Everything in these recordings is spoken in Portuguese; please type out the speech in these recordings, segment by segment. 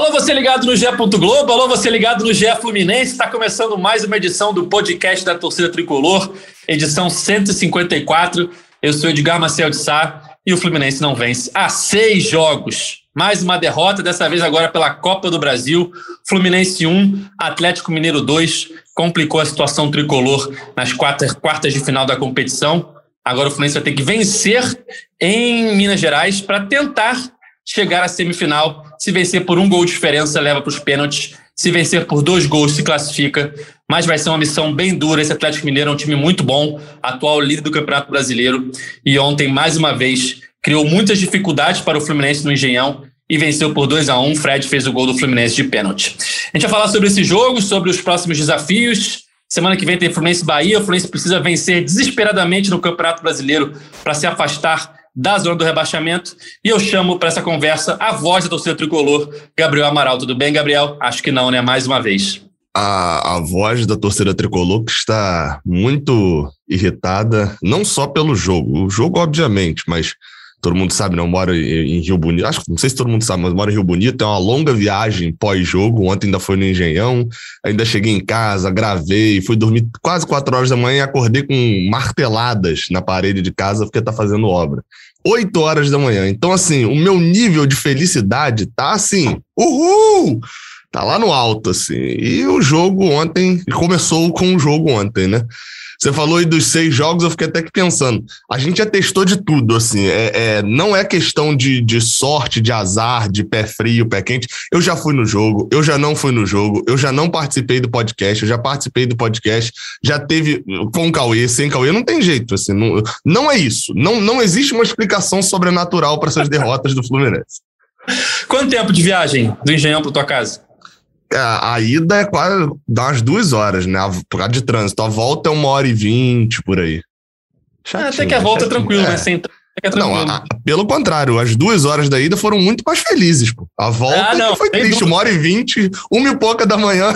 Alô, você ligado no GE. Globo, alô, você ligado no GE Fluminense. Está começando mais uma edição do podcast da Torcida Tricolor, edição 154. Eu sou Edgar Maciel de Sá e o Fluminense não vence há 6 jogos. Mais uma derrota, dessa vez agora pela Copa do Brasil. Fluminense 1, Atlético Mineiro 2. Complicou a situação tricolor nas quartas de final da competição. Agora o Fluminense vai ter que vencer em Minas Gerais para tentar chegar à semifinal. Se vencer por 1 gol de diferença, leva para os pênaltis. Se vencer por 2 gols, se classifica. Mas vai ser uma missão bem dura. Esse Atlético Mineiro é um time muito bom, atual líder do Campeonato Brasileiro. E ontem, mais uma vez, criou muitas dificuldades para o Fluminense no Engenhão e venceu por 2-1. Fred fez o gol do Fluminense de pênalti. A gente vai falar sobre esse jogo, sobre os próximos desafios. Semana que vem tem Fluminense e Bahia. O Fluminense precisa vencer desesperadamente no Campeonato Brasileiro para se afastar da zona do rebaixamento. E eu chamo para essa conversa a voz da torcida tricolor, Gabriel Amaral. Tudo bem, Gabriel? Acho que não, né? Mais uma vez. A voz da torcida tricolor que está muito irritada, não só pelo jogo. O jogo, obviamente, mas todo mundo sabe, né? Eu moro em Rio Bonito. Acho que não sei se todo mundo sabe, mas eu moro em Rio Bonito. É uma longa viagem pós-jogo. Ontem ainda foi no Engenhão. Ainda cheguei em casa, gravei, fui dormir quase 4 horas da manhã e acordei com marteladas na parede de casa porque tá fazendo obra. 8 horas da manhã. Então, assim, o meu nível de felicidade tá assim, uhul! Tá lá no alto, assim. E o jogo ontem, começou com o jogo ontem, né? Você falou aí dos 6 jogos, eu fiquei até que pensando. A gente já testou de tudo, assim. Não é questão de sorte, de azar, de pé frio, pé quente. Eu já fui no jogo, eu já não fui no jogo, eu já não participei do podcast, eu já participei do podcast, já teve com Cauê, sem Cauê, não tem jeito, assim. Não é isso. Não existe uma explicação sobrenatural para essas derrotas do Fluminense. Quanto tempo de viagem do Engenhão para tua casa? A ida é quase, dá umas 2 horas, né? Por causa de trânsito. A volta é 1h20, por aí. Chatinho, até que a volta é tranquilo, né? Sem não, pelo contrário, as 2 horas da ida foram muito mais felizes, pô. A volta não, foi triste, 1h20, 1 e pouca da manhã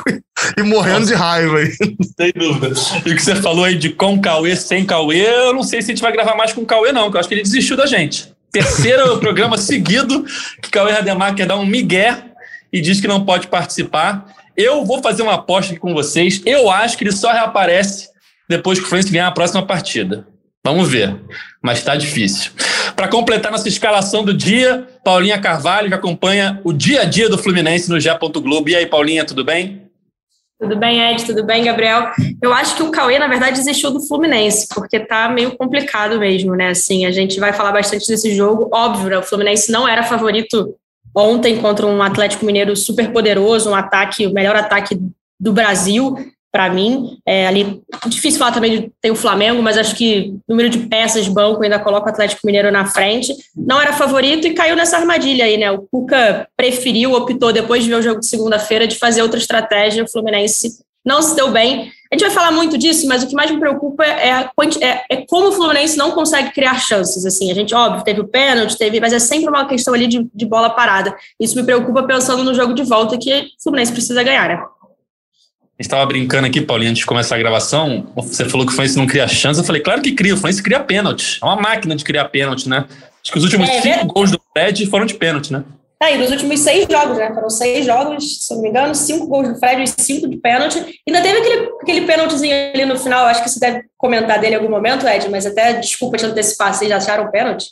e morrendo de raiva aí. Sem dúvida. E o que você falou aí de com Cauê, sem Cauê, eu não sei se a gente vai gravar mais com o Cauê, não, porque eu acho que ele desistiu da gente. Terceiro programa seguido que Cauê Rademar quer dar um migué e diz que não pode participar. Eu vou fazer uma aposta aqui com vocês. Eu acho que ele só reaparece depois que o Fluminense ganhar a próxima partida. Vamos ver. Mas está difícil. Para completar nossa escalação do dia, Paulinha Carvalho, que acompanha o dia a dia do Fluminense no GE. Globo. E aí, Paulinha, tudo bem? Tudo bem, Ed? Tudo bem, Gabriel? Eu acho que o Cauê, na verdade, desistiu do Fluminense, porque tá meio complicado mesmo, né? Assim, a gente vai falar bastante desse jogo. Óbvio, né? O Fluminense não era favorito ontem contra um Atlético Mineiro super poderoso, o melhor ataque do Brasil, para mim. Ali, difícil falar também de ter o Flamengo, mas acho que número de peças de banco ainda coloca o Atlético Mineiro na frente. Não era favorito e caiu nessa armadilha aí, né? O Cuca optou, depois de ver o jogo de segunda-feira, de fazer outra estratégia. O Fluminense não se deu bem. A gente vai falar muito disso, mas o que mais me preocupa é como o Fluminense não consegue criar chances. Assim, a gente, óbvio, teve o pênalti, mas é sempre uma questão ali de bola parada. Isso me preocupa pensando no jogo de volta, que o Fluminense precisa ganhar, né? A gente estava brincando aqui, Paulinho, antes de começar a gravação. Você falou que o Fluminense não cria chance. Eu falei, claro que cria. O Fluminense cria pênalti. É uma máquina de criar pênalti, né? Acho que os últimos 5 gols do Fred foram de pênalti, né? E nos últimos 6 jogos, né? Foram 6 jogos, se não me engano, 5 gols do Fred e 5 de pênalti. Ainda teve aquele pênaltizinho ali no final, acho que você deve comentar dele em algum momento, Ed, mas até, desculpa te antecipar, vocês já acharam o pênalti?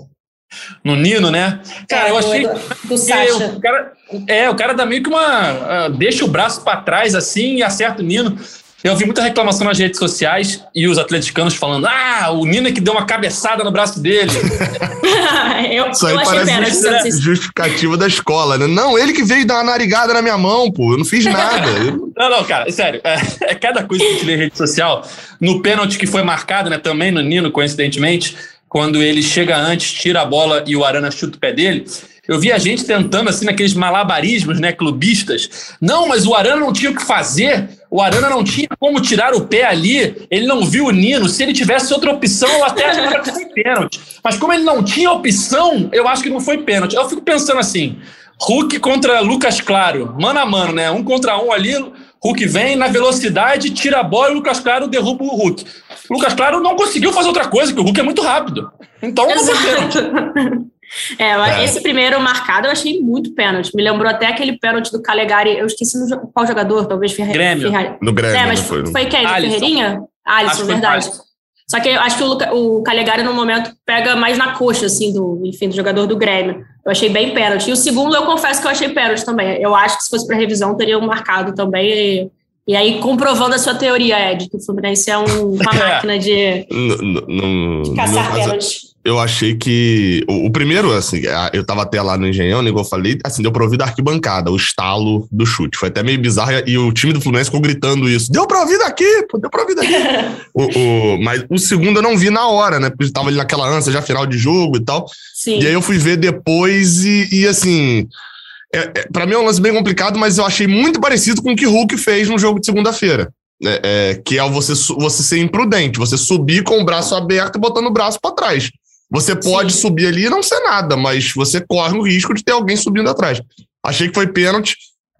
No Nino, né? Cara, eu achei do Sacha. O cara dá meio que deixa o braço para trás assim e acerta o Nino. Eu vi muita reclamação nas redes sociais e os atleticanos falando: o Nino é que deu uma cabeçada no braço dele. Isso aí parece justificativa da escola, né? Não, ele que veio dar uma narigada na minha mão, pô. Eu não fiz nada. Não, cara, sério. É cada coisa que a gente lê em rede social. No pênalti que foi marcado, né? Também no Nino, coincidentemente, quando ele chega antes, tira a bola e o Arana chuta o pé dele. Eu vi a gente tentando, assim, naqueles malabarismos, né, clubistas. Não, mas o Arana não tinha o que fazer. O Arana não tinha como tirar o pé ali. Ele não viu o Nino. Se ele tivesse outra opção, eu até achava que foi pênalti. Mas como ele não tinha opção, eu acho que não foi pênalti. Eu fico pensando assim, Hulk contra Lucas Claro, mano a mano, né? 1 contra 1 ali, Hulk vem na velocidade, tira a bola e o Lucas Claro derruba o Hulk. O Lucas Claro não conseguiu fazer outra coisa, porque o Hulk é muito rápido. Então não foi pênalti. Esse primeiro marcado eu achei muito pênalti. Me lembrou até aquele pênalti do Calegari. Eu esqueci qual jogador, talvez Grêmio. No Grêmio. Mas foi quem? Ferreirinha? Alisson, verdade. Só que eu acho que o Calegari, no momento, pega mais na coxa, assim, do jogador do Grêmio. Eu achei bem pênalti. E o segundo, eu confesso que eu achei pênalti também. Eu acho que se fosse para revisão, teriam marcado também. E aí, comprovando a sua teoria, Ed, que o Fluminense é uma máquina de caçar pênalti. Eu achei que... O primeiro, assim, eu tava até lá no Engenhão, igual eu falei, assim, deu pra ouvir da arquibancada, o estalo do chute. Foi até meio bizarro, e o time do Fluminense ficou gritando isso. Deu pra ouvir daqui, pô, deu pra ouvir daqui. Mas o segundo eu não vi na hora, né? Porque tava ali naquela ânsia, já final de jogo e tal. Sim. E aí eu fui ver depois e assim... Pra mim é um lance bem complicado, mas eu achei muito parecido com o que o Hulk fez no jogo de segunda-feira. Que é você ser imprudente, você subir com o braço aberto e botando o braço pra trás. Você pode subir ali e não ser nada, mas você corre o risco de ter alguém subindo atrás. Achei que foi pênalti,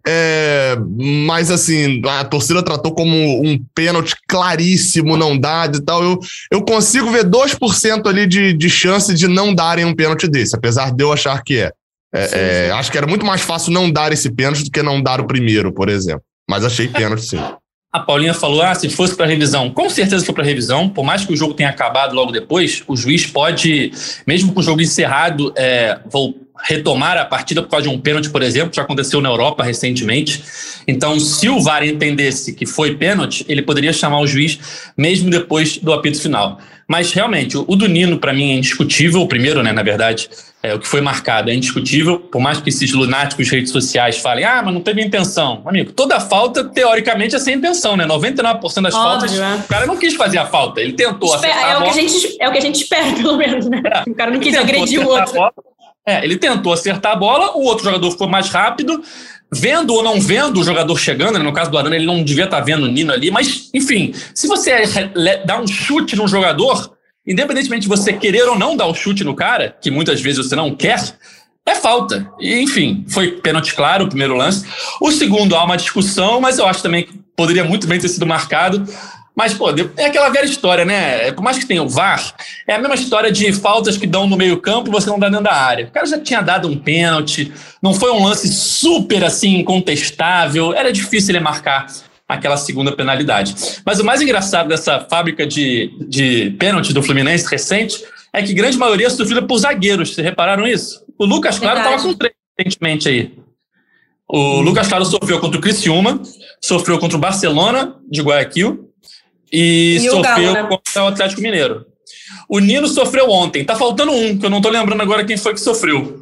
mas assim, a torcida tratou como um pênalti claríssimo, não dado e tal. Eu consigo ver 2% ali de chance de não darem um pênalti desse, apesar de eu achar que sim. Acho que era muito mais fácil não dar esse pênalti do que não dar o primeiro, por exemplo. Mas achei pênalti, sim. A Paulinha falou, se fosse para revisão, com certeza foi para revisão, por mais que o jogo tenha acabado logo depois, o juiz pode, mesmo com o jogo encerrado, retomar a partida por causa de um pênalti, por exemplo, que já aconteceu na Europa recentemente. Então, se o VAR entendesse que foi pênalti, ele poderia chamar o juiz mesmo depois do apito final. Mas, realmente, o do Nino, para mim, é indiscutível. O primeiro, né, na verdade, o que foi marcado é indiscutível. Por mais que esses lunáticos redes sociais falem, mas não teve intenção. Amigo, toda falta, teoricamente, é sem intenção, né? 99% das faltas, o cara não quis fazer a falta. Ele tentou acertar a bola. É o que a gente espera, pelo menos, né? O cara não quis agredir o outro. Ele tentou acertar a bola, o outro jogador foi mais rápido, vendo ou não vendo o jogador chegando, né? No caso do Arana, ele não devia estar vendo o Nino ali, mas, enfim, se você dá um chute num jogador, independentemente de você querer ou não dar o chute no cara, que muitas vezes você não quer, é falta. E, enfim, foi pênalti claro o primeiro lance. O segundo, há uma discussão, mas eu acho também que poderia muito bem ter sido marcado. Mas, pô, é aquela velha história, né? Por mais que tenha o VAR, é a mesma história de faltas que dão no meio-campo e você não dá dentro da área. O cara já tinha dado um pênalti, não foi um lance super, assim, incontestável. Era difícil ele marcar aquela segunda penalidade. Mas o mais engraçado dessa fábrica de pênaltis do Fluminense recente é que grande maioria é sofrida por zagueiros. Vocês repararam isso? O Lucas Claro estava com 3 recentemente aí. O Lucas Claro sofreu contra o Criciúma, sofreu contra o Barcelona de Guayaquil, e sofreu Galo, né? contra o Atlético Mineiro. O Nino sofreu ontem. Tá faltando um, que eu não tô lembrando agora quem foi que sofreu.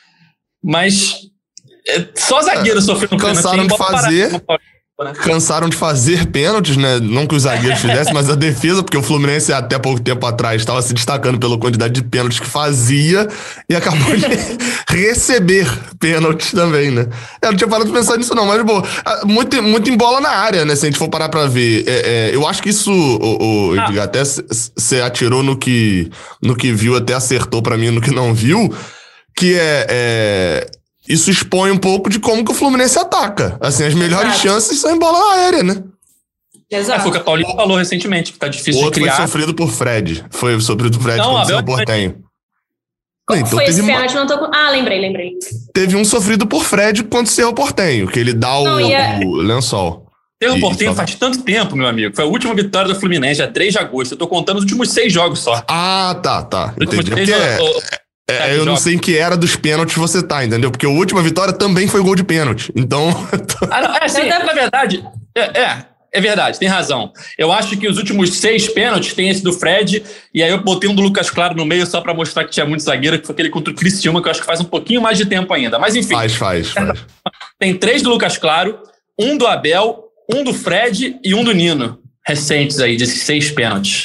Mas só zagueiro sofreu no Cansaram de fazer pênaltis, né? Não que os zagueiros fizessem, mas a defesa, porque o Fluminense até pouco tempo atrás estava se destacando pela quantidade de pênaltis que fazia e acabou de receber pênaltis também, né? Eu não tinha parado de pensar nisso não, mas muito em bola na área, né? Se a gente for parar pra ver. Eu acho que isso, Edgar, até você atirou no que viu, até acertou pra mim no que não viu, que isso expõe um pouco de como que o Fluminense ataca. Assim, as melhores chances são em bola aérea, né? Exato. Foi o que a Paulinha falou recentemente, que tá difícil de criar. O outro foi sofrido por Fred. Foi sofrido por Fred contra o Cerro Porteño. Como foi esse pênalti? Não tô... lembrei. Teve um sofrido por Fred contra o Cerro Porteño, que ele dá o lençol. Cerro Porteño faz tanto tempo, meu amigo. Foi a última vitória do Fluminense, dia 3 de agosto. Eu tô contando os últimos 6 jogos só. Tá. Entendi. Eu não sei em que era dos pênaltis você tá, entendeu? Porque a última vitória também foi gol de pênalti. Então... na verdade... É verdade, tem razão. Eu acho que os últimos 6 pênaltis tem esse do Fred, e aí eu botei um do Lucas Claro no meio só pra mostrar que tinha muito zagueiro, que foi aquele contra o Criciúma, que eu acho que faz um pouquinho mais de tempo ainda. Mas enfim... Faz. Tem 3 do Lucas Claro, um do Abel, um do Fred e um do Nino, recentes aí, desses 6 pênaltis.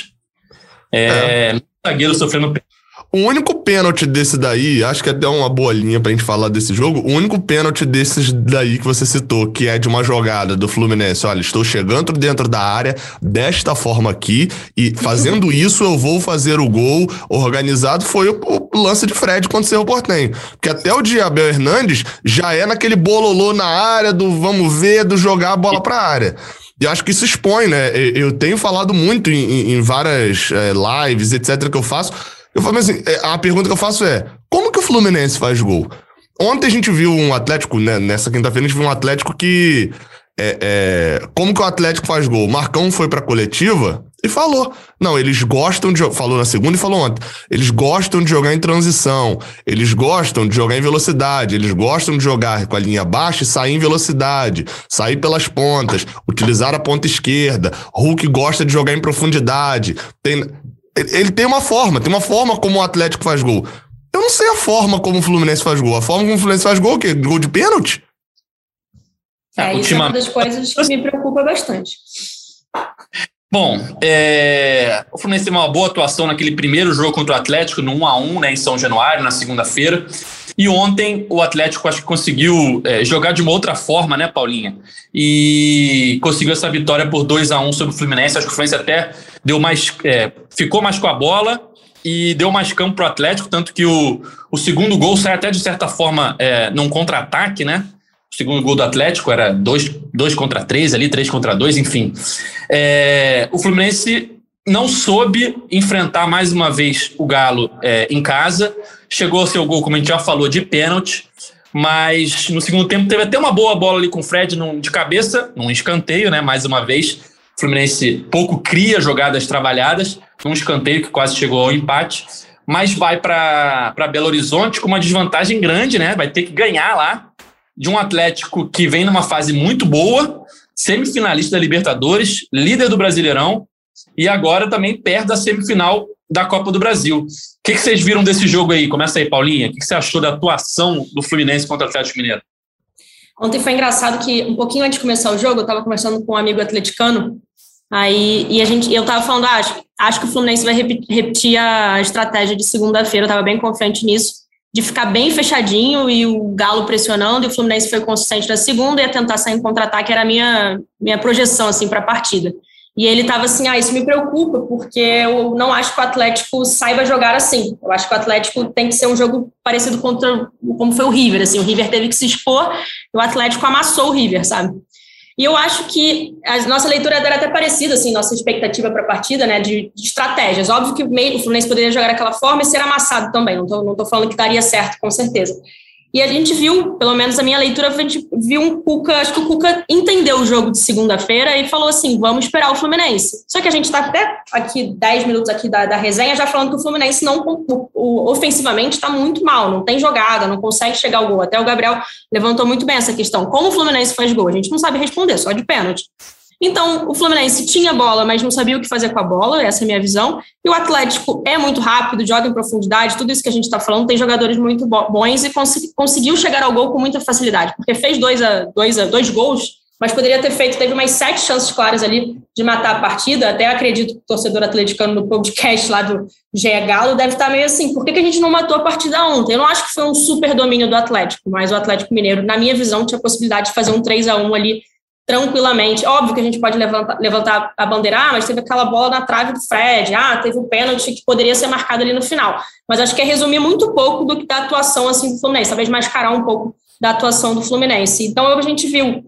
Zagueiro sofrendo pênalti. O único pênalti desse daí, acho que é até uma boa linha pra gente falar desse jogo, o único pênalti desses daí que você citou, que é de uma jogada do Fluminense, olha, estou chegando dentro da área desta forma aqui e fazendo isso eu vou fazer o gol organizado, foi o lance de Fred contra o Cerro Porteño. Porque até o de Abel Hernandes já é naquele bololô na área do vamos ver, do jogar a bola pra área. E acho que isso expõe, né? Eu tenho falado muito em várias lives, etc, que eu faço. Eu falo assim, a pergunta que eu faço é, como que o Fluminense faz gol. Ontem a gente viu um Atlético, né, nessa quinta-feira a gente viu um Atlético que... como que o Atlético faz gol? O Marcão foi pra coletiva e falou. Não, eles gostam de... Falou na segunda e falou ontem. Eles gostam de jogar em transição. Eles gostam de jogar em velocidade. Eles gostam de jogar com a linha baixa e sair em velocidade. Sair pelas pontas. Utilizar a ponta esquerda. Hulk gosta de jogar em profundidade. Ele tem uma forma como o Atlético faz gol. Eu não sei a forma como o Fluminense faz gol. A forma como o Fluminense faz gol, o quê? Gol de pênalti? Isso é uma das coisas que me preocupa bastante. Bom, o Fluminense teve uma boa atuação naquele primeiro jogo contra o Atlético, no 1-1, né, em São Januário, na segunda-feira. E ontem o Atlético acho que conseguiu jogar de uma outra forma, né, Paulinha? E conseguiu essa vitória por 2-1 sobre o Fluminense. Acho que o Fluminense até deu mais, ficou mais com a bola e deu mais campo para o Atlético, tanto que o segundo gol sai até de certa forma num contra-ataque, né? O segundo gol do Atlético era 2 contra 3 ali, 3 contra 2, enfim. O Fluminense não soube enfrentar mais uma vez o Galo em casa. Chegou ao seu gol, como a gente já falou, de pênalti, mas no segundo tempo teve até uma boa bola ali com o Fred de cabeça, num escanteio, né? Mais uma vez, o Fluminense pouco cria jogadas trabalhadas, num escanteio que quase chegou ao empate, mas vai para Belo Horizonte com uma desvantagem grande, né? Vai ter que ganhar lá de um Atlético que vem numa fase muito boa, semifinalista da Libertadores, líder do Brasileirão, e agora também perto da semifinal da Copa do Brasil. O que vocês viram desse jogo aí? Começa aí, Paulinha. O que você achou da atuação do Fluminense contra o Atlético Mineiro? Ontem foi engraçado que, um pouquinho antes de começar o jogo, eu estava conversando com um amigo atleticano, eu estava falando, acho que o Fluminense vai repetir a estratégia de segunda-feira, eu estava bem confiante nisso, de ficar bem fechadinho e o Galo pressionando, e o Fluminense foi consistente na segunda, ia tentar sair em contra-ataque, era a minha projeção assim, para a partida. E ele estava assim, isso me preocupa, porque eu não acho que o Atlético saiba jogar assim. Eu acho que o Atlético tem que ser um jogo parecido como foi o River. Assim, o River teve que se expor e o Atlético amassou o River, sabe? E eu acho que a nossa leitura era até parecida, assim, nossa expectativa para a partida, né, de estratégias. Óbvio que o Fluminense poderia jogar daquela forma e ser amassado também. Não tô falando que daria certo, com certeza. E a gente viu, pelo menos a minha leitura, a gente viu um Cuca, acho que o Cuca entendeu o jogo de segunda-feira e falou assim, vamos esperar o Fluminense. Só que a gente está até aqui, 10 minutos aqui da resenha, já falando que o Fluminense ofensivamente está muito mal, não tem jogada, não consegue chegar ao gol. Até o Gabriel levantou muito bem essa questão. Como o Fluminense faz gol? A gente não sabe responder, só de pênalti. Então, o Fluminense tinha bola, mas não sabia o que fazer com a bola, essa é a minha visão. E o Atlético é muito rápido, joga em profundidade, tudo isso que a gente está falando, tem jogadores muito bons e conseguiu chegar ao gol com muita facilidade, porque fez dois gols, mas poderia ter feito, teve umas 7 chances claras ali de matar a partida. Até acredito que o torcedor atleticano no podcast lá do GE Galo deve estar meio assim, por que a gente não matou a partida ontem? Eu não acho que foi um super domínio do Atlético, mas o Atlético Mineiro, na minha visão, tinha a possibilidade de fazer um 3-1 ali, tranquilamente. Óbvio que a gente pode levantar a bandeira, mas teve aquela bola na trave do Fred, teve um pênalti que poderia ser marcado ali no final. Mas acho que é resumir muito pouco da atuação assim, do Fluminense, talvez mascarar um pouco da atuação do Fluminense. Então a gente viu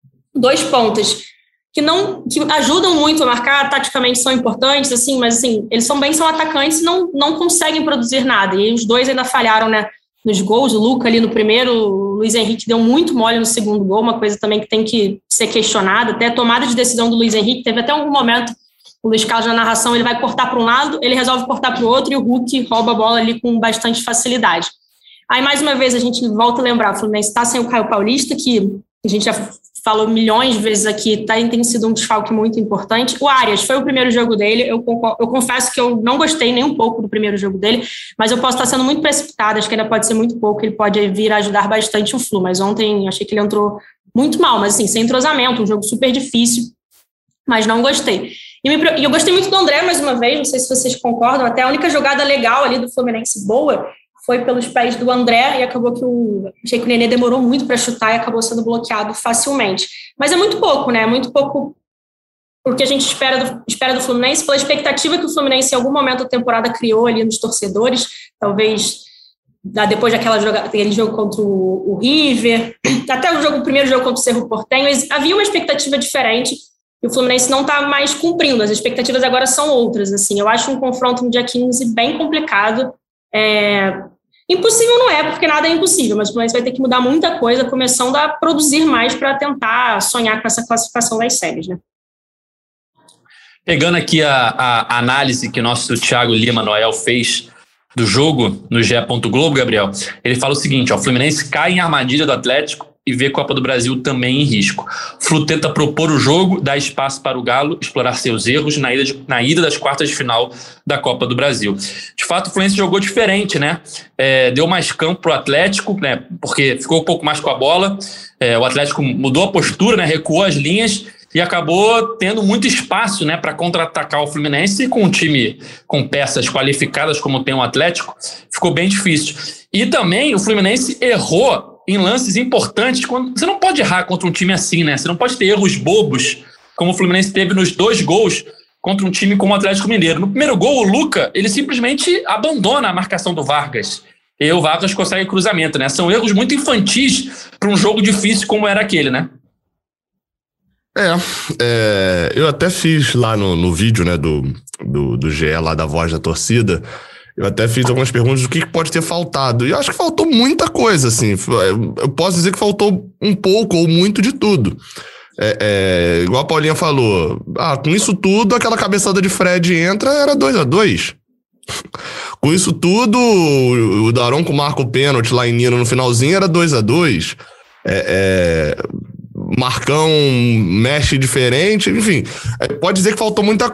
2 pontas que ajudam muito a marcar, taticamente são importantes, assim, mas assim, eles são atacantes e não conseguem produzir nada. E os 2 ainda falharam, né, nos gols. O Luca ali no primeiro, o Luiz Henrique deu muito mole no segundo gol, uma coisa também que tem que ser questionada. Até a tomada de decisão do Luiz Henrique, teve até algum momento, o Luiz Carlos na narração, ele vai cortar para um lado, ele resolve cortar para o outro e o Hulk rouba a bola ali com bastante facilidade. Aí, mais uma vez, a gente volta a lembrar, o Fluminense está sem o Caio Paulista, que a gente já falou milhões de vezes aqui, tem sido um desfalque muito importante. O Arias, foi o primeiro jogo dele, eu confesso que eu não gostei nem um pouco do primeiro jogo dele, mas eu posso estar sendo muito precipitada, acho que ainda pode ser muito pouco, ele pode vir a ajudar bastante o Flu, mas ontem achei que ele entrou muito mal, mas assim, sem entrosamento, um jogo super difícil, mas não gostei. E eu gostei muito do André, mais uma vez, não sei se vocês concordam, até a única jogada legal ali do Fluminense boa foi pelos pés do André, e acabou que achei que o Nenê demorou muito para chutar e acabou sendo bloqueado facilmente. Mas é muito pouco, né? É muito pouco porque a gente espera do Fluminense, pela expectativa que o Fluminense em algum momento da temporada criou ali nos torcedores, talvez depois daquele jogo contra o River, até o primeiro jogo contra o Cerro Porteño, havia uma expectativa diferente, e o Fluminense não está mais cumprindo, as expectativas agora são outras. Assim, eu acho um confronto no dia 15 bem complicado, Impossível não é, porque nada é impossível, mas o Fluminense vai ter que mudar muita coisa, começando a produzir mais para tentar sonhar com essa classificação das séries, né? Pegando aqui a análise que o nosso Thiago Lima Noel fez do jogo no GE. Globo, Gabriel, ele fala o seguinte, o Fluminense cai em armadilha do Atlético e vê a Copa do Brasil também em risco. Flu tenta propor o jogo, dar espaço para o Galo explorar seus erros na ida das quartas de final da Copa do Brasil. De fato, o Fluminense jogou diferente, né? Deu mais campo para o Atlético, né? Porque ficou um pouco mais com a bola. O Atlético mudou a postura, né? Recuou as linhas e acabou tendo muito espaço, né, para contra-atacar o Fluminense, e com um time com peças qualificadas como tem o Atlético, ficou bem difícil. E também o Fluminense errou em lances importantes. Você não pode errar contra um time assim, né? Você não pode ter erros bobos, como o Fluminense teve nos 2 gols contra um time como o Atlético Mineiro. No primeiro gol, o Luca, ele simplesmente abandona a marcação do Vargas. E o Vargas consegue cruzamento, né? São erros muito infantis para um jogo difícil como era aquele, né? Eu até fiz lá no vídeo, né, do GE, lá da Voz da Torcida, eu até fiz algumas perguntas do que pode ter faltado. E eu acho que faltou muita coisa, assim. Eu posso dizer que faltou um pouco ou muito de tudo. Igual a Paulinha falou, com isso tudo, aquela cabeçada de Fred entra, era 2-2. Com isso tudo, o Daronco marca o pênalti lá em Nino no finalzinho, era 2-2. Marcão mexe diferente, enfim, pode dizer que faltou muita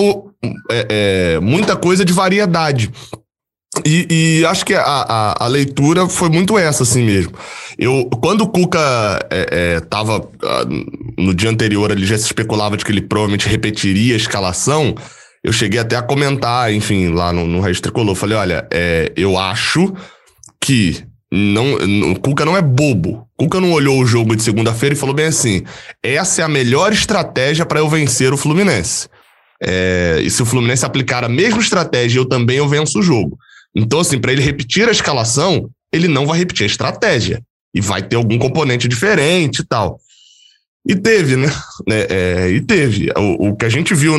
coisa de variedade. E acho que a leitura foi muito essa, assim mesmo. Quando o Cuca estava no dia anterior, ele já se especulava de que ele provavelmente repetiria a escalação. Eu cheguei até a comentar, enfim, lá no Raiz Tricolor. Falei, olha, eu acho que o Cuca não é bobo. O Cuca não olhou o jogo de segunda-feira e falou bem assim, essa é a melhor estratégia para eu vencer o Fluminense. E se o Fluminense aplicar a mesma estratégia, eu venço o jogo. Então, assim, para ele repetir a escalação, ele não vai repetir a estratégia. E vai ter algum componente diferente e tal. E teve, né? E teve. O que a gente viu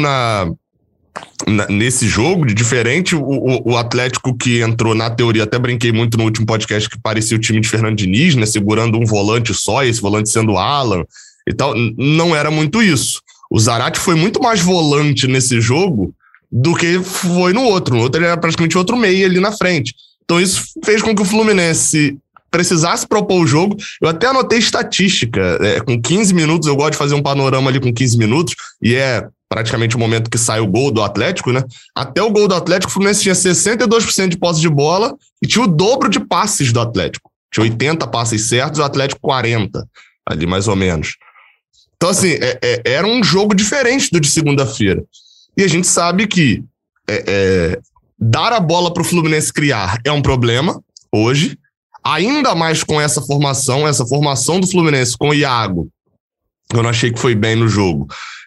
nesse jogo, de diferente, o Atlético que entrou, na teoria, até brinquei muito no último podcast, que parecia o time de Fernando Diniz, né, segurando um volante só, esse volante sendo o Alan e tal, não era muito isso. O Zarate foi muito mais volante nesse jogo do que foi no outro. No outro ele era praticamente outro meia ali na frente. Então isso fez com que o Fluminense precisasse propor o jogo. Eu até anotei estatística, com 15 minutos, eu gosto de fazer um panorama ali com 15 minutos, e praticamente o momento que sai o gol do Atlético, né? Até o gol do Atlético, o Fluminense tinha 62% de posse de bola e tinha o dobro de passes do Atlético. Tinha 80 passes certos, o Atlético 40, ali mais ou menos. Então, assim, era um jogo diferente do de segunda-feira. E a gente sabe que dar a bola para o Fluminense criar é um problema hoje, ainda mais com essa formação do Fluminense com o Iago, eu não achei que foi bem no jogo.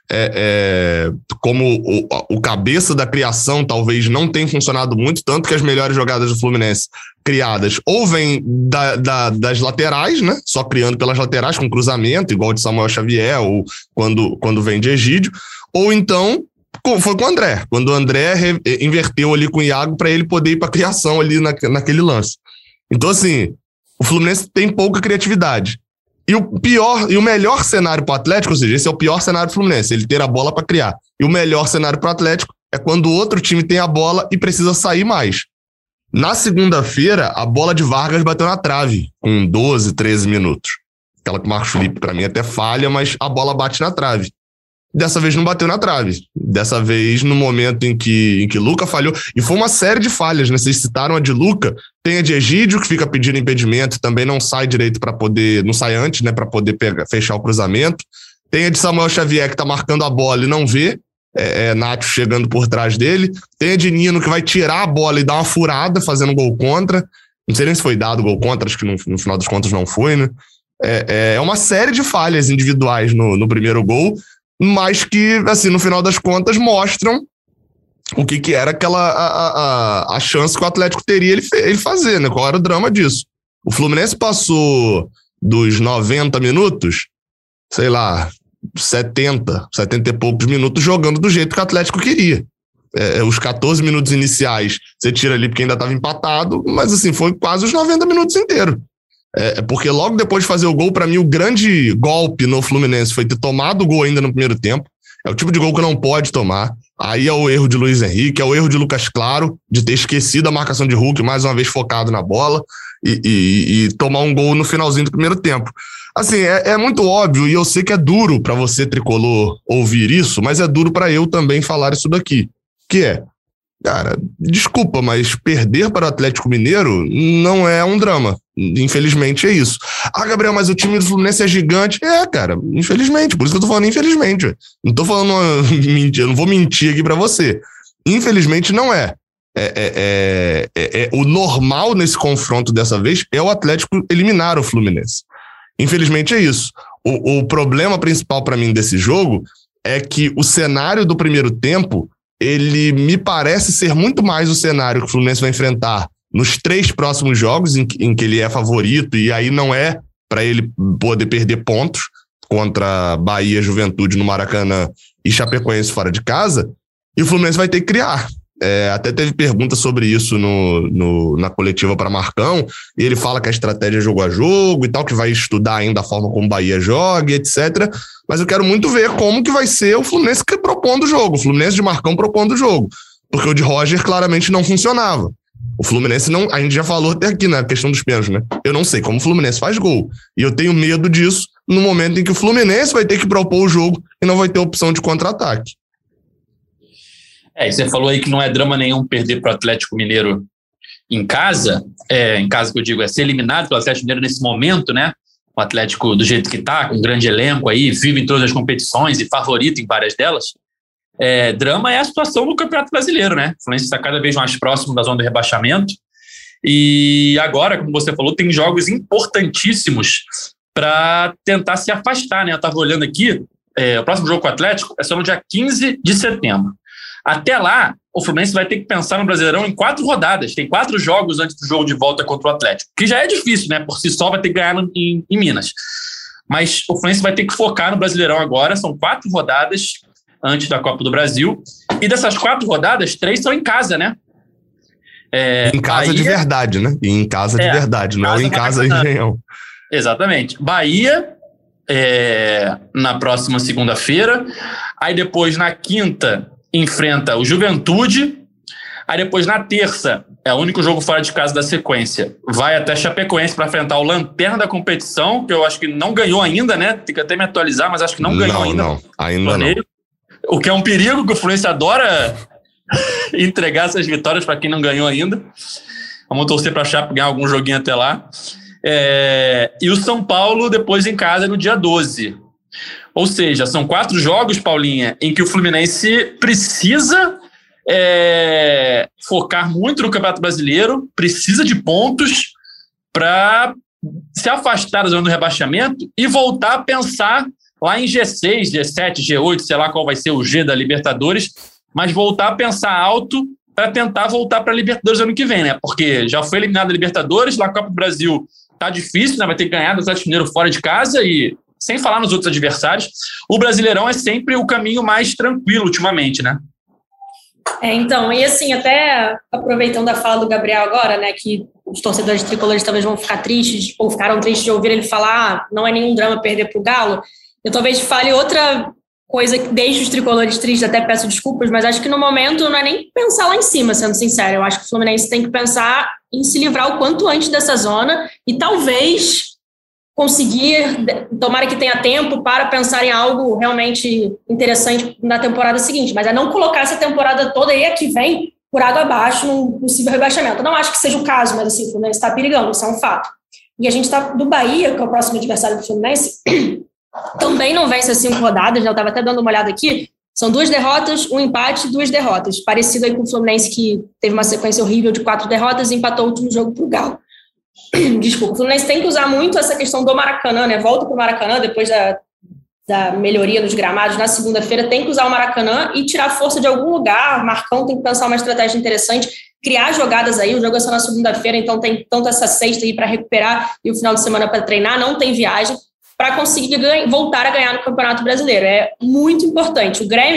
Como o cabeça da criação talvez não tenha funcionado muito, tanto que as melhores jogadas do Fluminense criadas ou vêm das laterais, né? Só criando pelas laterais com cruzamento, igual de Samuel Xavier, ou quando vem de Egídio, ou então foi com o André, quando o André inverteu ali com o Iago para ele poder ir para a criação ali naquele lance. Então, assim, o Fluminense tem pouca criatividade. E o melhor cenário para o Atlético, ou seja, esse é o pior cenário do Fluminense, ele ter a bola para criar. E o melhor cenário para o Atlético é quando o outro time tem a bola e precisa sair mais. Na segunda-feira, a bola de Vargas bateu na trave, com 12, 13 minutos. Aquela que o Marcos Felipe, para mim, até falha, mas a bola bate na trave. Dessa vez não bateu na trave. Dessa vez, no momento em que Luca falhou, e foi uma série de falhas, né? Vocês citaram a de Luca, tem a de Egídio, que fica pedindo impedimento e também não sai direito para poder, não sai antes, né, para poder fechar o cruzamento. Tem a de Samuel Xavier, que tá marcando a bola e não vê, Nacho chegando por trás dele. Tem a de Nino, que vai tirar a bola e dar uma furada, fazendo gol contra. Não sei nem se foi dado gol contra, acho que no final das contas não foi, né? É uma série de falhas individuais no primeiro gol, mas que, assim, no final das contas, mostram o que era a chance que o Atlético teria ele fazer, né? Qual era o drama disso? O Fluminense passou dos 90 minutos, sei lá, 70 e poucos minutos jogando do jeito que o Atlético queria. Os 14 minutos iniciais você tira ali porque ainda estava empatado, mas assim, foi quase os 90 minutos inteiros. Porque logo depois de fazer o gol, para mim, o grande golpe no Fluminense foi ter tomado o gol ainda no primeiro tempo. É o tipo de gol que não pode tomar. Aí é o erro de Luiz Henrique, é o erro de Lucas Claro, de ter esquecido a marcação de Hulk, mais uma vez focado na bola, e tomar um gol no finalzinho do primeiro tempo. Assim, é muito óbvio, e eu sei que é duro para você, tricolor, ouvir isso, mas é duro para eu também falar isso daqui. Que cara, desculpa, mas perder para o Atlético Mineiro não é um drama. Infelizmente é isso. Gabriel, mas o time do Fluminense é gigante. Cara, infelizmente. Por isso que eu tô falando infelizmente. Não tô falando mentira, eu não vou mentir aqui para você. Infelizmente não é. O normal nesse confronto dessa vez é o Atlético eliminar o Fluminense. Infelizmente é isso. O problema principal para mim desse jogo é que o cenário do primeiro tempo ele me parece ser muito mais o cenário que o Fluminense vai enfrentar nos 3 próximos jogos em que ele é favorito, e aí não é para ele poder perder pontos contra Bahia, Juventude no Maracanã e Chapecoense fora de casa, e o Fluminense vai ter que criar. Até teve pergunta sobre isso na coletiva para Marcão, e ele fala que a estratégia é jogo a jogo e tal, que vai estudar ainda a forma como o Bahia joga, etc. Mas eu quero muito ver como que vai ser o Fluminense propondo o jogo, o Fluminense de Marcão propondo o jogo, porque o de Roger claramente não funcionava. O Fluminense não, a gente já falou até aqui na questão dos pênaltis, né? Eu não sei como o Fluminense faz gol, e eu tenho medo disso no momento em que o Fluminense vai ter que propor o jogo e não vai ter opção de contra-ataque. E você falou aí que não é drama nenhum perder para o Atlético Mineiro em casa. Em casa que eu digo, ser eliminado pelo Atlético Mineiro nesse momento, né? O Atlético do jeito que está, com um grande elenco aí, vive em todas as competições e favorito em várias delas. Drama é a situação do Campeonato Brasileiro, né? O Fluminense está cada vez mais próximo da zona do rebaixamento. E agora, como você falou, tem jogos importantíssimos para tentar se afastar, né? Eu estava olhando aqui, o próximo jogo com o Atlético é só no dia 15 de setembro. Até lá, o Fluminense vai ter que pensar no Brasileirão em 4 rodadas. Tem 4 jogos antes do jogo de volta contra o Atlético, que já é difícil, né? Por si só vai ter que ganhar em Minas. Mas o Fluminense vai ter que focar no Brasileirão agora. São 4 rodadas antes da Copa do Brasil. E dessas 4 rodadas, 3 são em casa, né? Em casa Bahia, de verdade, né? E em casa de verdade, não é em casa em Engenhão. Exatamente. Bahia na próxima segunda-feira. Aí depois, na quinta, enfrenta o Juventude. Aí depois, na terça, é o único jogo fora de casa da sequência, vai até Chapecoense para enfrentar o lanterna da competição, que eu acho que não ganhou ainda, né? Tem que até me atualizar, mas acho que não ganhou ainda. Não, ainda não. O que é um perigo, que o Fluminense adora entregar essas vitórias para quem não ganhou ainda. Vamos torcer para a Chape ganhar algum joguinho até lá. E o São Paulo depois em casa no dia 12. Ou seja, são 4 jogos, Paulinha, em que o Fluminense precisa focar muito no Campeonato Brasileiro, precisa de pontos para se afastar da zona do rebaixamento e voltar a pensar lá em G6, G7, G8, sei lá qual vai ser o G da Libertadores, mas voltar a pensar alto para tentar voltar para a Libertadores ano que vem, né? Porque já foi eliminado da Libertadores, lá a Copa do Brasil tá difícil, né? Vai ter que ganhar do Atlético Mineiro fora de casa e sem falar nos outros adversários. O Brasileirão é sempre o caminho mais tranquilo ultimamente, né? Então, e assim, até aproveitando a fala do Gabriel agora, né, que os torcedores tricolores talvez vão ficar tristes, ou ficaram tristes de ouvir ele falar, não é nenhum drama perder para o Galo, eu talvez fale outra coisa que deixa os tricolores tristes, até peço desculpas, mas acho que no momento não é nem pensar lá em cima, sendo sincero. Eu acho que o Fluminense tem que pensar em se livrar o quanto antes dessa zona e talvez conseguir, tomara que tenha tempo para pensar em algo realmente interessante na temporada seguinte, mas é não colocar essa temporada toda aí a que vem por água abaixo num possível rebaixamento. Eu não acho que seja o caso, mas assim, o Fluminense está perigando, isso é um fato. E a gente está do Bahia, que é o próximo adversário do Fluminense, também não vence as 5 rodadas, eu estava até dando uma olhada aqui, são 2 derrotas, 1 empate e 2 derrotas, parecido aí com o Fluminense que teve uma sequência horrível de 4 derrotas e empatou o último jogo para o Galo. Desculpa, o Fluminense tem que usar muito essa questão do Maracanã, né? Volta para o Maracanã depois da melhoria nos gramados na segunda-feira, tem que usar o Maracanã e tirar força de algum lugar. Marcão tem que pensar uma estratégia interessante, criar jogadas aí. O jogo é só na segunda-feira, então tem tanto essa sexta aí para recuperar e o final de semana para treinar, não tem viagem, para conseguir voltar a ganhar no Campeonato Brasileiro. É muito importante. O Grêmio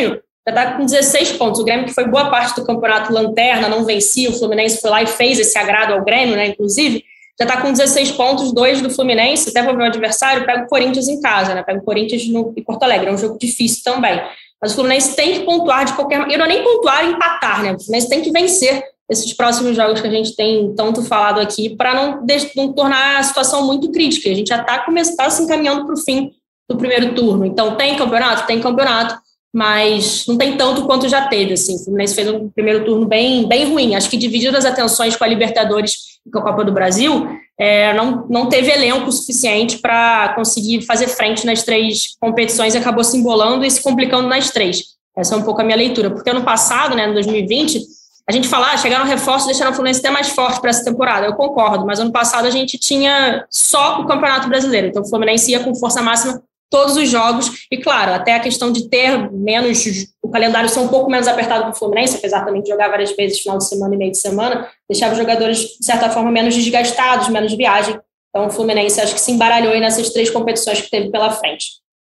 já está com 16 pontos. O Grêmio, que foi boa parte do campeonato lanterna, não vencia, o Fluminense foi lá e fez esse agrado ao Grêmio, né, inclusive, já está com 16 pontos, 2 do Fluminense, até para ver o adversário, pega o Corinthians em casa, né, pega o Corinthians em Porto Alegre, é um jogo difícil também. Mas o Fluminense tem que pontuar de qualquer maneira, não é nem pontuar, empatar, né, o Fluminense tem que vencer esses próximos jogos que a gente tem tanto falado aqui, para não tornar a situação muito crítica. A gente já está se encaminhando para o fim do primeiro turno. Então, tem campeonato, mas não tem tanto quanto já teve. Assim. O Fluminense fez um primeiro turno bem, bem ruim. Acho que dividido as atenções com a Libertadores e com a Copa do Brasil, não teve elenco suficiente para conseguir fazer frente nas 3 competições e acabou se embolando e se complicando nas 3. Essa é um pouco a minha leitura. Porque ano passado, né, no 2020, a gente fala, chegaram reforços, deixaram o Fluminense até mais forte para essa temporada. Eu concordo, mas ano passado a gente tinha só o Campeonato Brasileiro. Então o Fluminense ia com força máxima todos os jogos, e claro, até a questão de ter menos, o calendário ser um pouco menos apertado para o Fluminense, apesar também de jogar várias vezes final de semana e meio de semana, deixava os jogadores, de certa forma, menos desgastados, menos viagem. Então o Fluminense acho que se embaralhou aí nessas 3 competições que teve pela frente.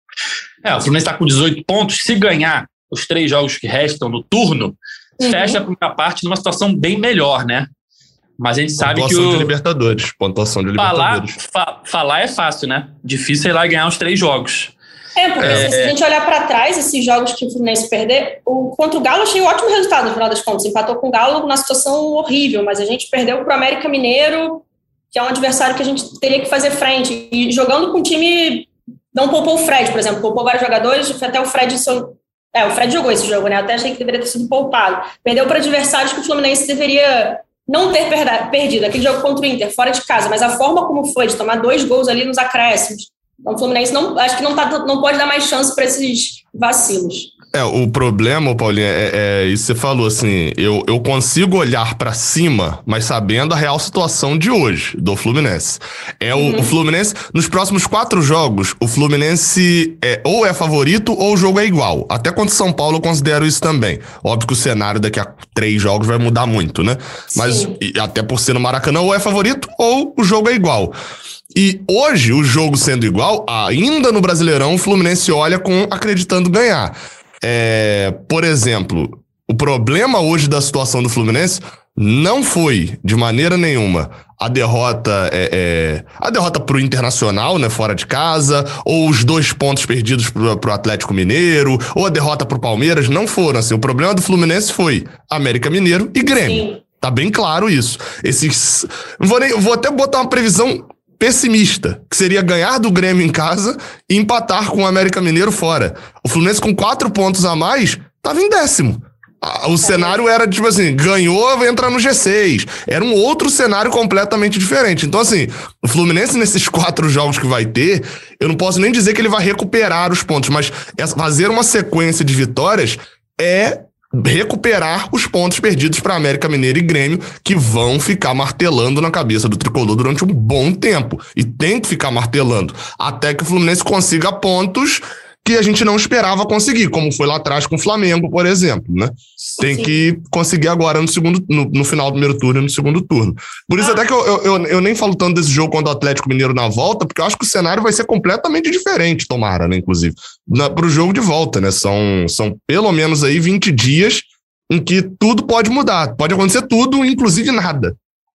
O Fluminense está com 18 pontos, se ganhar os 3 jogos que restam no turno, fecha a primeira parte numa situação bem melhor, né? Mas a gente sabe que pontuação de Libertadores. Falar é fácil, né? Difícil ir lá e ganhar os 3 jogos. Porque se a gente olhar para trás, esses jogos que o Fluminense perder, contra o Galo achei um ótimo resultado no final das contas. Empatou com o Galo numa situação horrível, mas a gente perdeu para o América Mineiro, que é um adversário que a gente teria que fazer frente. E jogando com um time, não poupou o Fred, por exemplo, poupou vários jogadores, até o Fred... o Fred jogou esse jogo, né? Até achei que deveria ter sido poupado. Perdeu para adversários que o Fluminense deveria não ter perdido. Aquele jogo contra o Inter, fora de casa, mas a forma como foi, de tomar 2 gols ali nos acréscimos. Então o Fluminense acho que não pode dar mais chance para esses vacilos. O problema, Paulinho, é isso que você falou, assim, eu consigo olhar pra cima, mas sabendo a real situação de hoje, do Fluminense. O Fluminense, nos próximos 4 jogos, o Fluminense ou é favorito ou o jogo é igual. Até contra o São Paulo eu considero isso também. Óbvio que o cenário daqui a 3 jogos vai mudar muito, né? Mas até por ser no Maracanã, ou é favorito ou o jogo é igual. E hoje, o jogo sendo igual, ainda no Brasileirão, o Fluminense olha acreditando ganhar. Por exemplo, o problema hoje da situação do Fluminense não foi, de maneira nenhuma, a derrota pro Internacional, né, fora de casa, ou os 2 pontos perdidos pro Atlético Mineiro, ou a derrota pro Palmeiras, não foram, assim. O problema do Fluminense foi América Mineiro e Grêmio. Sim. Tá bem claro isso. Vou até botar uma previsão pessimista, que seria ganhar do Grêmio em casa e empatar com o América Mineiro fora. O Fluminense com 4 pontos a mais estava em 10º. O cenário era tipo assim, ganhou, vai entrar no G6. Era um outro cenário completamente diferente. Então assim, o Fluminense nesses 4 jogos que vai ter, eu não posso nem dizer que ele vai recuperar os pontos, mas fazer uma sequência de vitórias é recuperar os pontos perdidos para América Mineiro e Grêmio, que vão ficar martelando na cabeça do tricolor durante um bom tempo. E tem que ficar martelando até que o Fluminense consiga pontos que a gente não esperava conseguir, como foi lá atrás com o Flamengo, por exemplo, né? Tem que conseguir agora no final do primeiro turno e no segundo turno. Por isso até que eu nem falo tanto desse jogo contra o Atlético Mineiro na volta, porque eu acho que o cenário vai ser completamente diferente, tomara, né, inclusive, pro jogo de volta, né? São pelo menos aí 20 dias em que tudo pode mudar. Pode acontecer tudo, inclusive nada.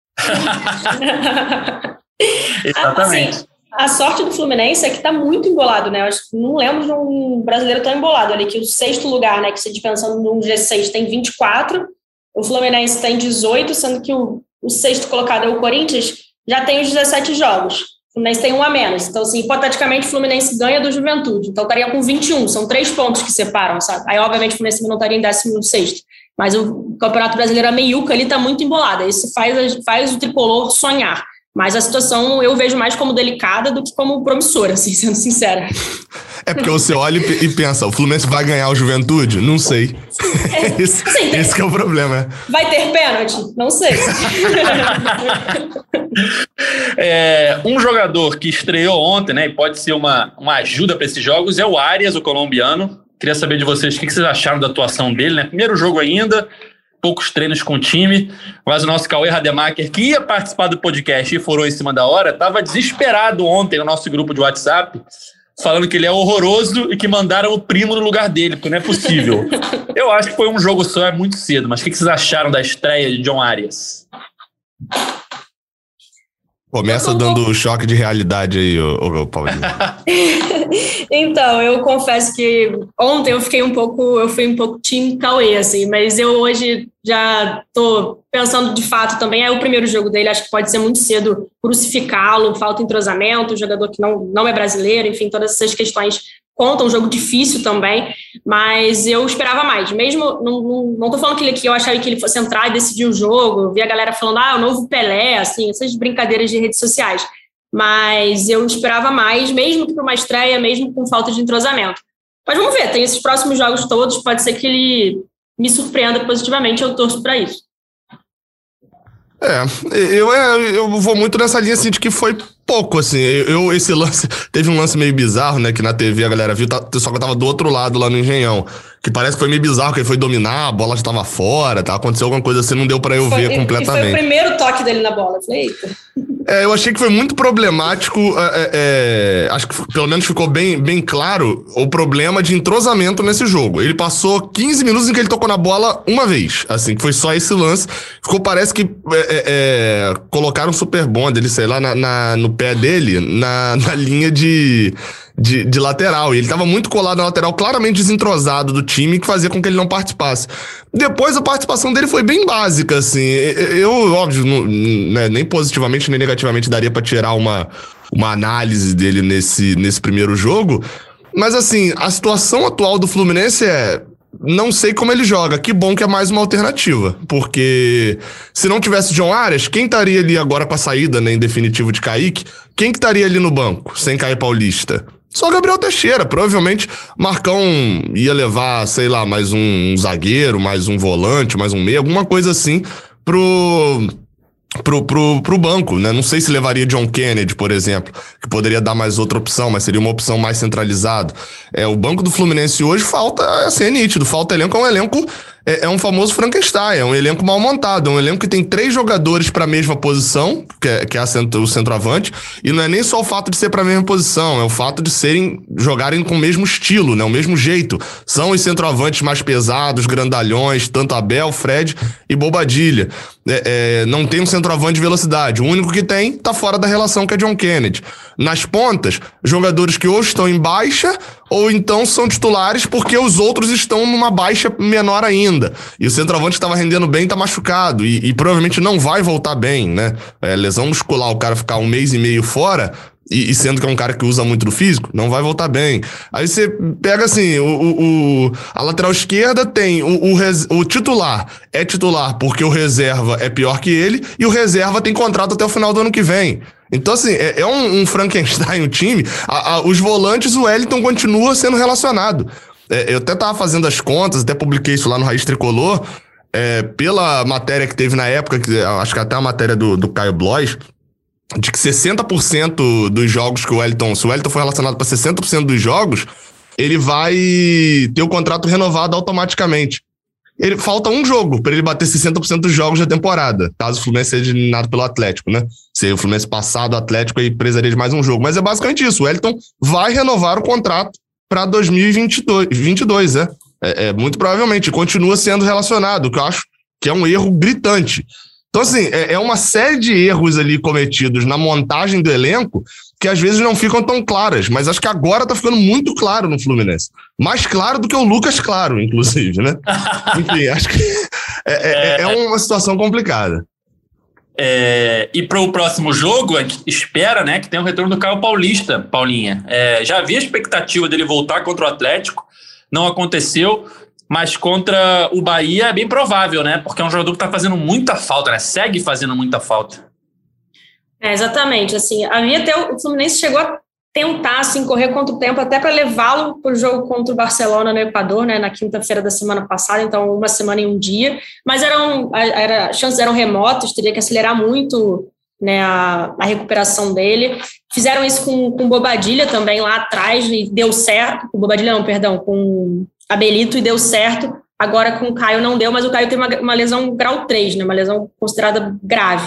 Exatamente. Assim, a sorte do Fluminense é que está muito embolado, né? Eu acho que não lembro de um brasileiro tão embolado ali, que o 6º lugar, né? Que se pensando num G6 tem 24, o Fluminense tem 18, sendo que o 6º colocado é o Corinthians, já tem os 17 jogos. O Fluminense tem 1 a menos. Então, assim, hipoteticamente, o Fluminense ganha do Juventude. Então, estaria com 21. São 3 pontos que separam, sabe? Aí, obviamente, o Fluminense não estaria em 16º. Mas o Campeonato Brasileiro, a meiuca ali está muito embolada. Isso faz o tricolor sonhar. Mas a situação eu vejo mais como delicada do que como promissora, assim, sendo sincera. É porque você olha e pensa, o Fluminense vai ganhar o Juventude? Não sei. Esse que é o problema. Vai ter pênalti? Não sei. Um jogador que estreou ontem, né, e pode ser uma ajuda para esses jogos, é o Arias, o colombiano. Queria saber de vocês o que vocês acharam da atuação dele, né? Primeiro jogo ainda, poucos treinos com o time, mas o nosso Cauê Rademacher, que ia participar do podcast e furou em cima da hora, estava desesperado ontem no nosso grupo de WhatsApp, falando que ele é horroroso e que mandaram o primo no lugar dele, porque não é possível. Eu acho que foi um jogo só, é muito cedo, mas o que vocês acharam da estreia de John Arias? Começa dando choque de realidade aí, ô Paulinho. Então, eu confesso que ontem eu fui um pouco time Cauê, assim, mas eu hoje já tô pensando de fato também, é o primeiro jogo dele, acho que pode ser muito cedo crucificá-lo, falta entrosamento, um jogador que não é brasileiro, enfim, todas essas questões contam, um jogo difícil também, mas eu esperava mais, mesmo, não tô falando que eu achava que ele fosse entrar e decidir o jogo, eu vi a galera falando, o novo Pelé, assim, essas brincadeiras de redes sociais, mas eu esperava mais, mesmo que para uma estreia, mesmo com falta de entrosamento. Mas vamos ver, tem esses próximos jogos todos, pode ser que ele me surpreenda positivamente, eu torço para isso. Eu vou muito nessa linha, assim, de que foi pouco, assim, esse lance, teve um lance meio bizarro, né, que na TV a galera viu, só que eu tava do outro lado lá no Engenhão, que parece que foi meio bizarro, que ele foi dominar, a bola já tava fora, aconteceu alguma coisa assim, não deu pra eu ver completamente. Foi o primeiro toque dele na bola, eu falei, eita. Eu achei que foi muito problemático, acho que pelo menos ficou bem claro o problema de entrosamento nesse jogo. Ele passou 15 minutos em que ele tocou na bola uma vez, assim, que foi só esse lance. Parece que colocaram um super bond, ele, sei lá, no pé dele, na linha de lateral, e ele tava muito colado na lateral, claramente desentrosado do time, que fazia com que ele não participasse. Depois a participação dele foi bem básica, assim, eu, óbvio, nem positivamente nem negativamente daria pra tirar uma análise dele nesse primeiro jogo, mas assim, a situação atual do Fluminense não sei como ele joga, que bom que é mais uma alternativa, porque se não tivesse John Arias, quem estaria ali agora com a saída, né, em definitivo de Kaique, quem que estaria ali no banco, sem Caio Paulista? Só Gabriel Teixeira, provavelmente Marcão ia levar, sei lá, mais um zagueiro, mais um volante, mais um meia, alguma coisa assim pro banco, né? Não sei se levaria John Kennedy, por exemplo, que poderia dar mais outra opção, mas seria uma opção mais centralizada. O banco do Fluminense hoje falta, assim, é nítido, falta elenco, é um elenco, é um famoso Frankenstein, é um elenco mal montado, é um elenco que tem 3 jogadores para a mesma posição, que é o centroavante, e não é nem só o fato de ser para a mesma posição, é o fato de jogarem com o mesmo estilo, né? O mesmo jeito. São os centroavantes mais pesados, grandalhões, tanto Abel, Fred e Bobadilha. Não tem um centroavante de velocidade. O único que tem tá fora da relação, que é John Kennedy. Nas pontas, jogadores que ou estão em baixa ou então são titulares porque os outros estão numa baixa menor ainda. E o centroavante que estava rendendo bem tá machucado e provavelmente não vai voltar bem, né? Lesão muscular, o cara ficar 1 mês e meio fora, e sendo que é um cara que usa muito do físico, não vai voltar bem. Aí você pega assim, a lateral esquerda tem o titular, é titular porque o reserva é pior que ele, e o reserva tem contrato até o final do ano que vem. Então, assim, é um Frankenstein o time. Os volantes, o Wellington continua sendo relacionado. Eu até tava fazendo as contas, até publiquei isso lá no Raiz Tricolor, pela matéria que teve na época, acho que até a matéria do Caio Blois, de que 60% dos jogos que se o Wellington for relacionado para 60% dos jogos, ele vai ter o contrato renovado automaticamente. Falta um jogo para ele bater 60% dos jogos da temporada, caso o Fluminense seja eliminado pelo Atlético, né? Se o Fluminense passar do Atlético, aí precisaria de mais um jogo. Mas é basicamente isso, o Wellington vai renovar o contrato para 2022, né? Muito provavelmente, continua sendo relacionado, o que eu acho que é um erro gritante. Então, assim, é uma série de erros ali cometidos na montagem do elenco que às vezes não ficam tão claras, mas acho que agora tá ficando muito claro no Fluminense. Mais claro do que o Lucas Claro, inclusive, né? Enfim, acho que é uma situação complicada. E para o próximo jogo, a gente espera, né, que tenha o retorno do Caio Paulista, Paulinha. Já havia expectativa dele voltar contra o Atlético, não aconteceu, mas contra o Bahia é bem provável, né? Porque é um jogador que está fazendo muita falta, né? Segue fazendo muita falta. Exatamente. Assim, o Fluminense chegou a tentar assim, correr contra o tempo até para levá-lo para o jogo contra o Barcelona no Equador, né? Na quinta-feira da semana passada, então 1 semana e 1 dia. Mas as chances eram remotas, teria que acelerar muito, né, a recuperação dele. Fizeram isso com Bobadilha também lá atrás e deu certo. Com Bobadilha não, perdão, com Abelito e deu certo. Agora com o Caio não deu, mas o Caio tem uma lesão grau 3, né, uma lesão considerada grave.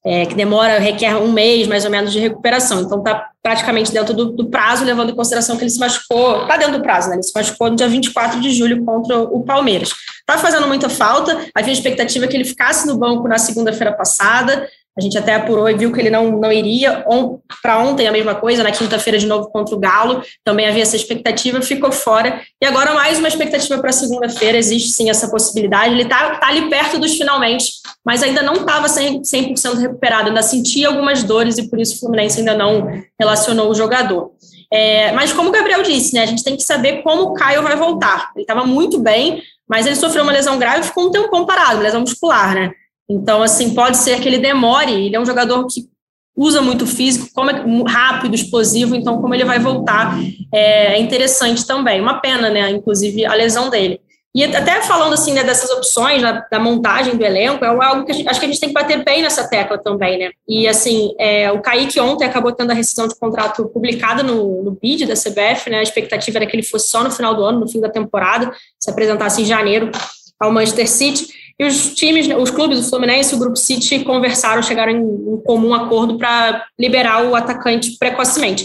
que requer um mês mais ou menos de recuperação. Então está praticamente dentro do prazo, levando em consideração que ele se machucou, está dentro do prazo, né? Ele se machucou no dia 24 de julho contra o Palmeiras. Está fazendo muita falta, havia expectativa que ele ficasse no banco na segunda-feira passada, a gente até apurou e viu que ele não iria. Para ontem a mesma coisa, na quinta-feira de novo contra o Galo, também havia essa expectativa, ficou fora. E agora mais uma expectativa para segunda-feira, existe sim essa possibilidade. Ele está ali perto dos finalmente, mas ainda não estava 100% recuperado, ainda sentia algumas dores e por isso o Fluminense ainda não relacionou o jogador. Mas como o Gabriel disse, né, a gente tem que saber como o Caio vai voltar. Ele estava muito bem, mas ele sofreu uma lesão grave e ficou um tempão parado, uma lesão muscular, né? Então, assim, pode ser que ele demore, ele é um jogador que usa muito físico, como é rápido, explosivo, então como ele vai voltar é interessante também. Uma pena, né, inclusive, a lesão dele. E até falando, assim, né, dessas opções, da montagem do elenco, é algo que acho que a gente tem que bater bem nessa tecla também, né. E, assim, o Kaique ontem acabou tendo a rescisão de contrato publicada no BID da CBF, né, a expectativa era que ele fosse só no final do ano, no fim da temporada, se apresentasse em janeiro ao Manchester City. E os times, os clubes, o Fluminense e o Grupo City conversaram, chegaram em um comum acordo para liberar o atacante precocemente.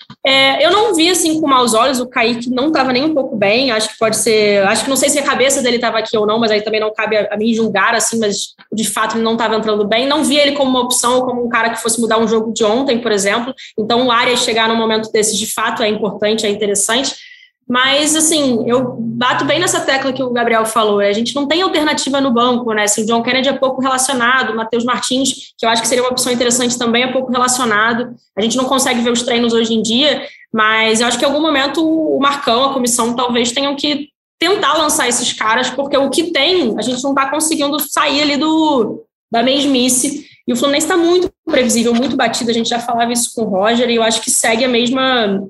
Eu não vi assim com maus olhos, o Kaique não estava nem um pouco bem, acho que pode ser, não sei se a cabeça dele estava aqui ou não, mas aí também não cabe a mim julgar, assim, mas de fato ele não estava entrando bem, não vi ele como uma opção, como um cara que fosse mudar um jogo de ontem, por exemplo, então o Arias chegar num momento desses de fato é importante, é interessante. Mas, assim, eu bato bem nessa tecla que o Gabriel falou, a gente não tem alternativa no banco, né, assim, o John Kennedy é pouco relacionado, o Matheus Martins, que eu acho que seria uma opção interessante também, é pouco relacionado, a gente não consegue ver os treinos hoje em dia, mas eu acho que em algum momento o Marcão, a comissão, talvez tenham que tentar lançar esses caras, porque o que tem, a gente não está conseguindo sair ali da mesmice, e o Fluminense está muito previsível, muito batido, a gente já falava isso com o Roger, e eu acho que segue a mesma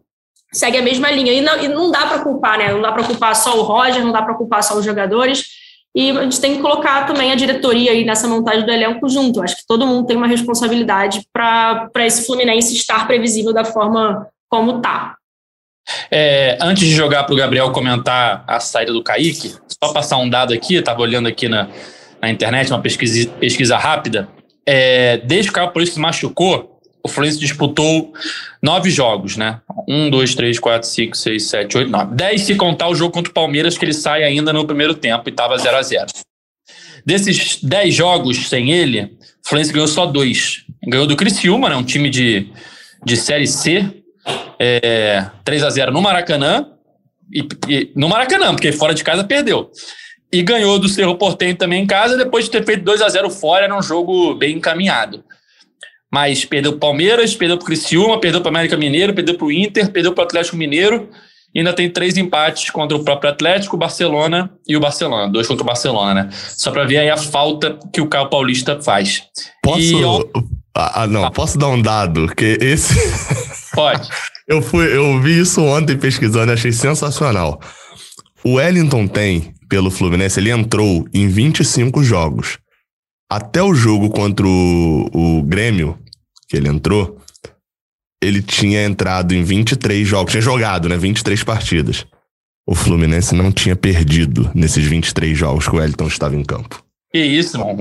linha, e não dá para culpar, né? Não dá para culpar só o Roger, não dá para culpar só os jogadores, e a gente tem que colocar também a diretoria aí nessa montagem do elenco junto. Acho que todo mundo tem uma responsabilidade para esse Fluminense estar previsível da forma como está. Antes de jogar para o Gabriel comentar a saída do Kaique, só passar um dado aqui, estava olhando aqui na internet, uma pesquisa rápida, desde que o Caio Paulista se machucou, o Fluminense disputou 9 jogos, né? 1, 2, 3, 4, 5, 6, 7, 8, 9. 10 se contar o jogo contra o Palmeiras, que ele sai ainda no primeiro tempo e estava 0-0. Desses 10 jogos sem ele, o Fluminense ganhou só 2. Ganhou do Criciúma, né? Um time de Série C, 3-0 no Maracanã, e no Maracanã, porque fora de casa perdeu. E ganhou do Cerro Porteño também em casa, depois de ter feito 2-0 fora, era um jogo bem encaminhado. Mas perdeu para o Palmeiras, perdeu para o Criciúma, perdeu para o América Mineiro, perdeu para o Inter, perdeu para o Atlético Mineiro, e ainda tem 3 empates contra o próprio Atlético, o Barcelona e o Barcelona. 2 contra o Barcelona, né? Só para ver aí a falta que o Caio Paulista faz. Posso dar um dado? Que esse... Pode. Eu vi isso ontem pesquisando e achei sensacional. O Wellington pelo Fluminense, ele entrou em 25 jogos. Até o jogo contra o Grêmio, que ele entrou, ele tinha entrado em 23 jogos, tinha jogado, né, 23 partidas. O Fluminense não tinha perdido nesses 23 jogos que o Wellington estava em campo. Que isso, mano.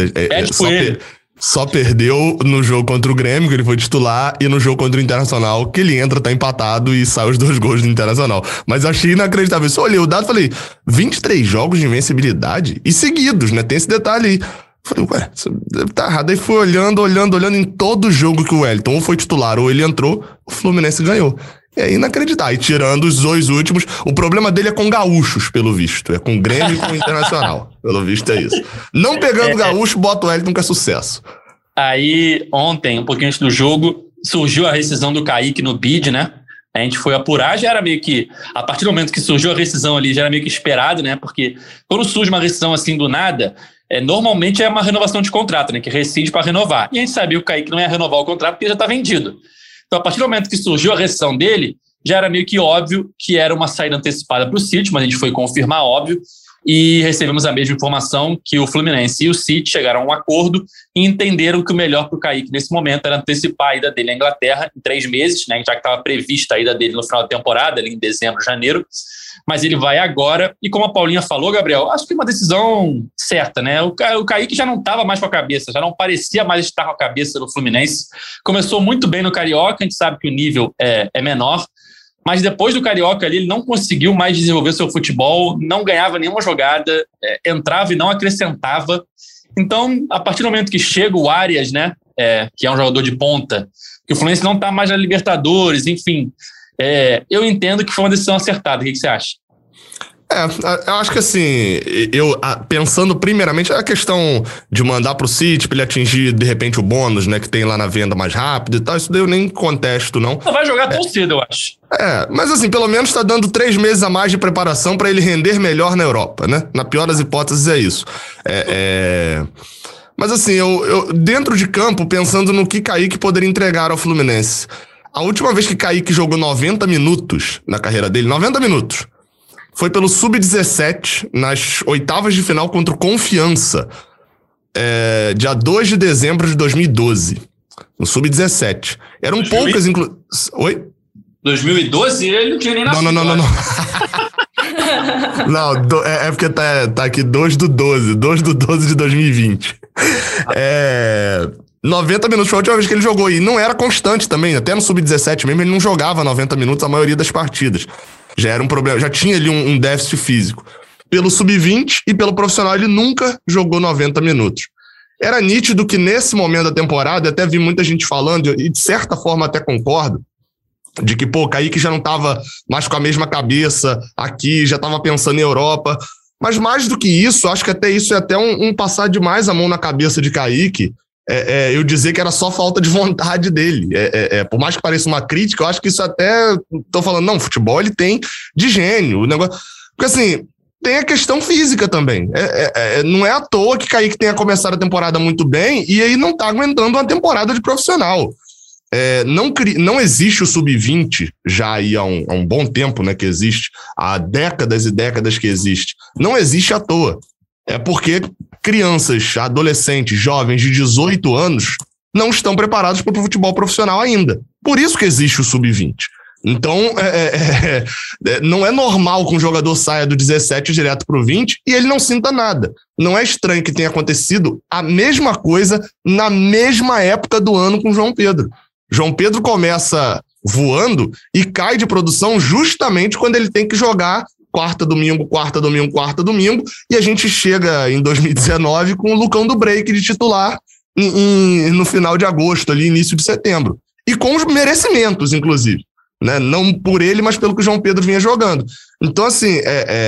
Só perdeu no jogo contra o Grêmio, que ele foi titular, e no jogo contra o Internacional, que ele entra, tá empatado e sai os 2 gols do Internacional. Mas eu achei inacreditável. Eu só olhei o dado e falei, 23 jogos de invencibilidade e seguidos, né? Tem esse detalhe aí. Falei, tá errado. Aí fui olhando em todo jogo que o Wellington ou foi titular ou ele entrou, o Fluminense ganhou. É inacreditável. E tirando os 2 últimos, o problema dele é com gaúchos, pelo visto. É com Grêmio e com Internacional. Pelo visto é isso. Não pegando gaúcho, bota o Wellington que é sucesso. Aí, ontem, um pouquinho antes do jogo, surgiu a rescisão do Kaique no BID, né? A gente foi apurar, já era meio que... A partir do momento que surgiu a rescisão ali, já era meio que esperado, né? Porque quando surge uma rescisão assim do nada... normalmente é uma renovação de contrato, né? Que rescinde para renovar. E a gente sabia que o Kaique não ia renovar o contrato porque já está vendido. Então, a partir do momento que surgiu a rescisão dele, já era meio que óbvio que era uma saída antecipada para o City, mas a gente foi confirmar, óbvio. e recebemos a mesma informação que o Fluminense e o City chegaram a um acordo e entenderam que o melhor para o Kaique nesse momento era antecipar a ida dele à Inglaterra em 3 meses, né, já que estava prevista a ida dele no final da temporada, ali em dezembro, janeiro, mas ele vai agora, e como a Paulinha falou, Gabriel, acho que é uma decisão certa, né? O Kaique já não estava mais com a cabeça, já não parecia mais estar com a cabeça do Fluminense, começou muito bem no Carioca, a gente sabe que o nível é menor, mas depois do Carioca ali, ele não conseguiu mais desenvolver seu futebol, não ganhava nenhuma jogada, entrava e não acrescentava. Então, a partir do momento que chega o Arias, né, que é um jogador de ponta, que o Fluminense não está mais na Libertadores, enfim, eu entendo que foi uma decisão acertada. O que você acha? Eu acho que assim, pensando primeiramente a questão de mandar pro City pra ele atingir de repente o bônus, né, que tem lá na venda mais rápido e tal, isso daí eu nem contesto, não. Não vai jogar tão cedo, eu acho. Mas assim, pelo menos tá dando 3 meses a mais de preparação pra ele render melhor na Europa, né? Na pior das hipóteses é isso. Mas assim, eu dentro de campo, pensando no que Kaique poderia entregar ao Fluminense. A última vez que Kaique jogou 90 minutos na carreira dele, 90 minutos, foi pelo Sub-17, nas oitavas de final contra o Confiança, dia 2 de dezembro de 2012, no Sub-17. Eram poucas, Oi? 2012? Ele não tinha nem nascido. Não. Não, é porque tá aqui 2 do 12 de 2020. 90 minutos foi a última vez que ele jogou, e não era constante também, até no Sub-17 mesmo, ele não jogava 90 minutos a maioria das partidas. Já era um problema, já tinha ali um déficit físico. Pelo Sub-20 e pelo profissional, ele nunca jogou 90 minutos. Era nítido que nesse momento da temporada, até vi muita gente falando, e de certa forma até concordo, de que, Kaique já não estava mais com a mesma cabeça aqui, já estava pensando em Europa. Mas mais do que isso, acho que até isso é até um passar demais a mão na cabeça de Kaique, eu dizer que era só falta de vontade dele. Por mais que pareça uma crítica, eu acho que isso até... Tô falando, não, futebol ele tem de gênio. O negócio, porque assim, tem a questão física também. Não é à toa que Kaique tenha começado a temporada muito bem e aí não tá aguentando uma temporada de profissional. Não existe o Sub-20 já aí há um bom tempo, né, que existe, há décadas e décadas que existe. Não existe à toa. É porque crianças, adolescentes, jovens de 18 anos não estão preparados para o futebol profissional ainda. Por isso que existe o Sub-20. Então, não é normal que um jogador saia do 17 direto para o 20 e ele não sinta nada. Não é estranho que tenha acontecido a mesma coisa na mesma época do ano com o João Pedro. João Pedro começa voando e cai de produção justamente quando ele tem que jogar quarta, domingo, e a gente chega em 2019 com o Lucão do Break de titular no final de agosto, ali, início de setembro. E com os merecimentos, inclusive. Né? Não por ele, mas pelo que o João Pedro vinha jogando. Então, assim,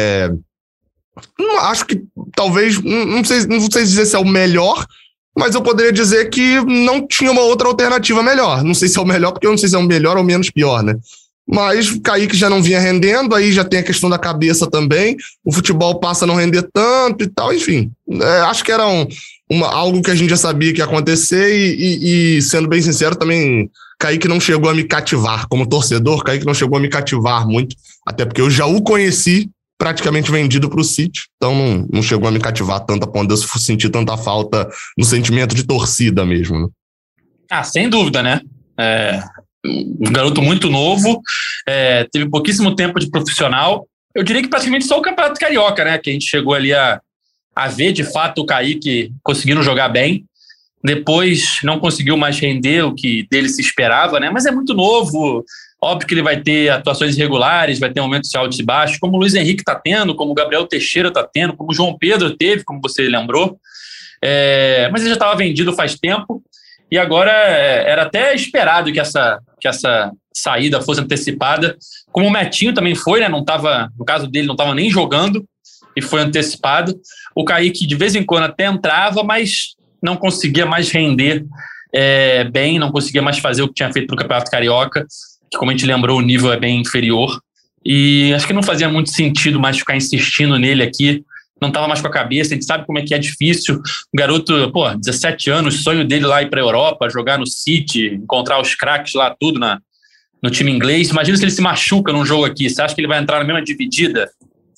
acho que talvez, não sei dizer se é o melhor, mas eu poderia dizer que não tinha uma outra alternativa melhor. Não sei se é o melhor, porque eu não sei se é o melhor ou menos pior, né? Mas o Kaique já não vinha rendendo, aí já tem a questão da cabeça também, o futebol passa a não render tanto e tal, enfim. Acho que era algo que a gente já sabia que ia acontecer e sendo bem sincero, também Kaique não chegou a me cativar. Como torcedor, Kaique não chegou a me cativar muito, até porque eu já o conheci praticamente vendido para o City, então não chegou a me cativar tanto a ponto de eu sentir tanta falta no sentimento de torcida mesmo. Né? Sem dúvida, né? Um garoto muito novo, teve pouquíssimo tempo de profissional. Eu diria que praticamente só o Campeonato Carioca, né? Que a gente chegou ali a ver de fato o Kaique conseguindo jogar bem. Depois não conseguiu mais render o que dele se esperava, né? Mas é muito novo. Óbvio que ele vai ter atuações irregulares, vai ter momentos de altos e baixos, como o Luiz Henrique está tendo, como o Gabriel Teixeira está tendo, como o João Pedro teve, como você lembrou. Mas ele já estava vendido faz tempo. E agora era até esperado que essa saída fosse antecipada, como o Metinho também foi, né? Não tava, no caso dele, não estava nem jogando e foi antecipado. O Kaique, de vez em quando, até entrava, mas não conseguia mais render bem, não conseguia mais fazer o que tinha feito no Campeonato Carioca, que, como a gente lembrou, o nível é bem inferior. E acho que não fazia muito sentido mais ficar insistindo nele aqui. Não estava mais com a cabeça, a gente sabe como é que é difícil. O garoto, 17 anos, sonho dele lá ir para a Europa, jogar no City, encontrar os craques lá, tudo no time inglês. Imagina se ele se machuca num jogo aqui. Você acha que ele vai entrar na mesma dividida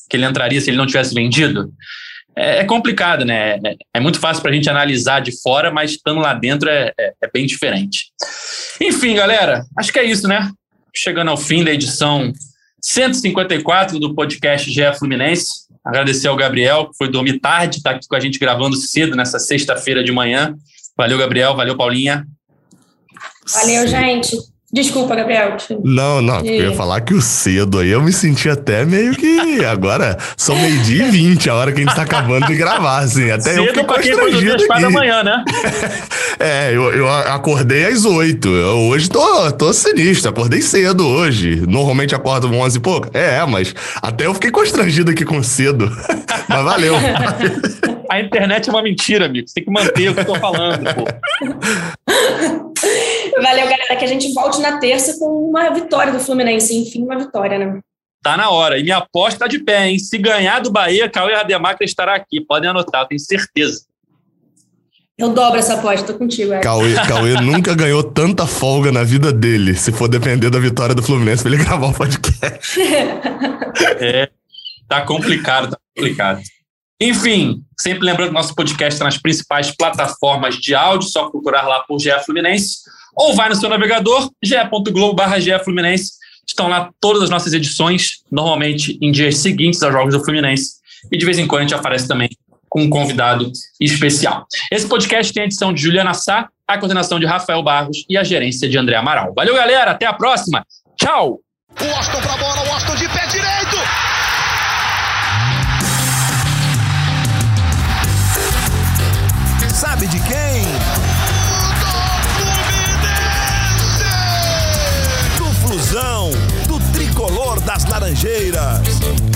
que ele entraria se ele não tivesse vendido? É complicado, né? É muito fácil para a gente analisar de fora, mas estando lá dentro é bem diferente. Enfim, galera, acho que é isso, né? Chegando ao fim da edição 154 do podcast GE Fluminense. Agradecer ao Gabriel, que foi dormir tarde, está aqui com a gente gravando cedo nessa sexta-feira de manhã. Valeu, Gabriel. Valeu, Paulinha. Valeu, gente. Desculpa, Gabriel. Não, eu ia falar que o cedo aí eu me senti até meio que agora são 12h20, a hora que a gente tá acabando de gravar, assim. Até cedo eu fiquei constrangido aqui. Da manhã, né? Eu acordei às 8. Eu hoje tô sinistro, acordei cedo hoje. Normalmente acordo 11 e pouco. Mas até eu fiquei constrangido aqui com cedo. Mas valeu. A internet é uma mentira, amigo. Você tem que manter o que eu tô falando, pô. Valeu, galera, que a gente volte na terça com uma vitória do Fluminense. Enfim, uma vitória, né? Tá na hora. E minha aposta tá de pé, hein? Se ganhar do Bahia, Cauê Rademacher estará aqui. Podem anotar, eu tenho certeza. Eu dobro essa aposta, tô contigo. Cauê nunca ganhou tanta folga na vida dele, se for depender da vitória do Fluminense pra ele gravar o podcast. Tá complicado. Enfim, sempre lembrando que nosso podcast está nas principais plataformas de áudio, só procurar lá por GE Fluminense, ou vai no seu navegador, ge.globo/GE Fluminense. Estão lá todas as nossas edições, normalmente em dias seguintes aos jogos do Fluminense, e de vez em quando a gente aparece também com um convidado especial. Esse podcast tem a edição de Juliana Sá, a coordenação de Rafael Barros e a gerência de André Amaral. Valeu, galera, até a próxima. Tchau! O Washington pra bola, o Washington de pé direito! Sabe de quem? Do Flusão, do tricolor das Laranjeiras.